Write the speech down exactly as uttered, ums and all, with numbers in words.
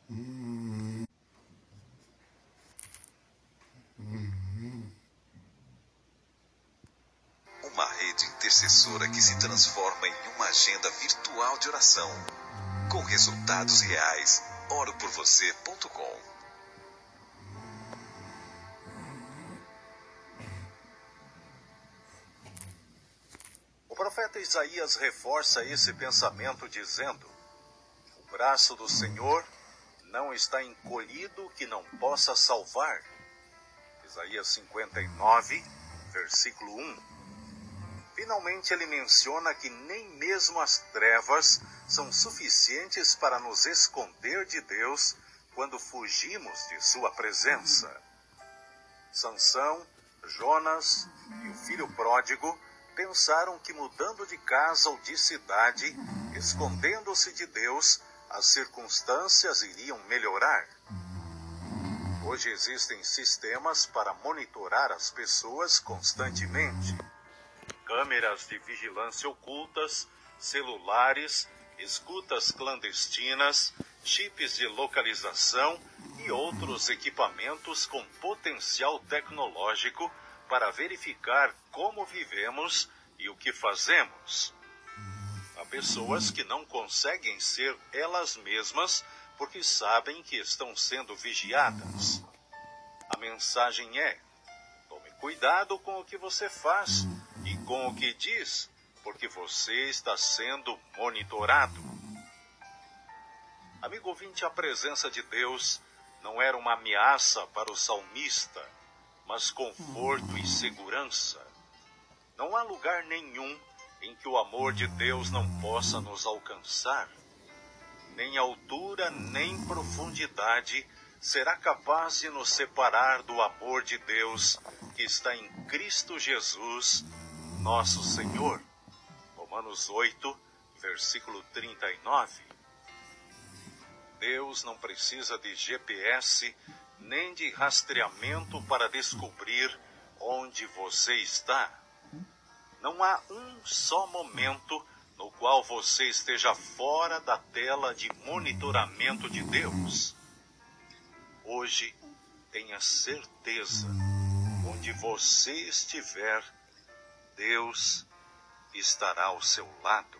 Uma rede intercessora que se transforma em uma agenda virtual de oração, com resultados reais. oro por você ponto com. O profeta Isaías reforça esse pensamento dizendo: o braço do Senhor não está encolhido que não possa salvar. Isaías cinquenta e nove, versículo um. Finalmente ele menciona que nem mesmo as trevas são suficientes para nos esconder de Deus quando fugimos de sua presença. Sansão, Jonas e o filho pródigo pensaram que mudando de casa ou de cidade, escondendo-se de Deus, as circunstâncias iriam melhorar. Hoje existem sistemas para monitorar as pessoas constantemente. Câmeras de vigilância ocultas, celulares, escutas clandestinas, chips de localização e outros equipamentos com potencial tecnológico para verificar como vivemos e o que fazemos. Há pessoas que não conseguem ser elas mesmas porque sabem que estão sendo vigiadas. A mensagem é: tome cuidado com o que você faz e com o que diz, porque você está sendo monitorado. Amigo ouvinte, a presença de Deus não era uma ameaça para o salmista, mas conforto e segurança. Não há lugar nenhum em que o amor de Deus não possa nos alcançar. Nem altura, nem profundidade será capaz de nos separar do amor de Deus que está em Cristo Jesus, nosso Senhor. Romanos oito, versículo trinta e nove. Deus não precisa de G P S nem de rastreamento para descobrir onde você está. Não há um só momento no qual você esteja fora da tela de monitoramento de Deus. Hoje, tenha certeza, onde você estiver, Deus estará ao seu lado.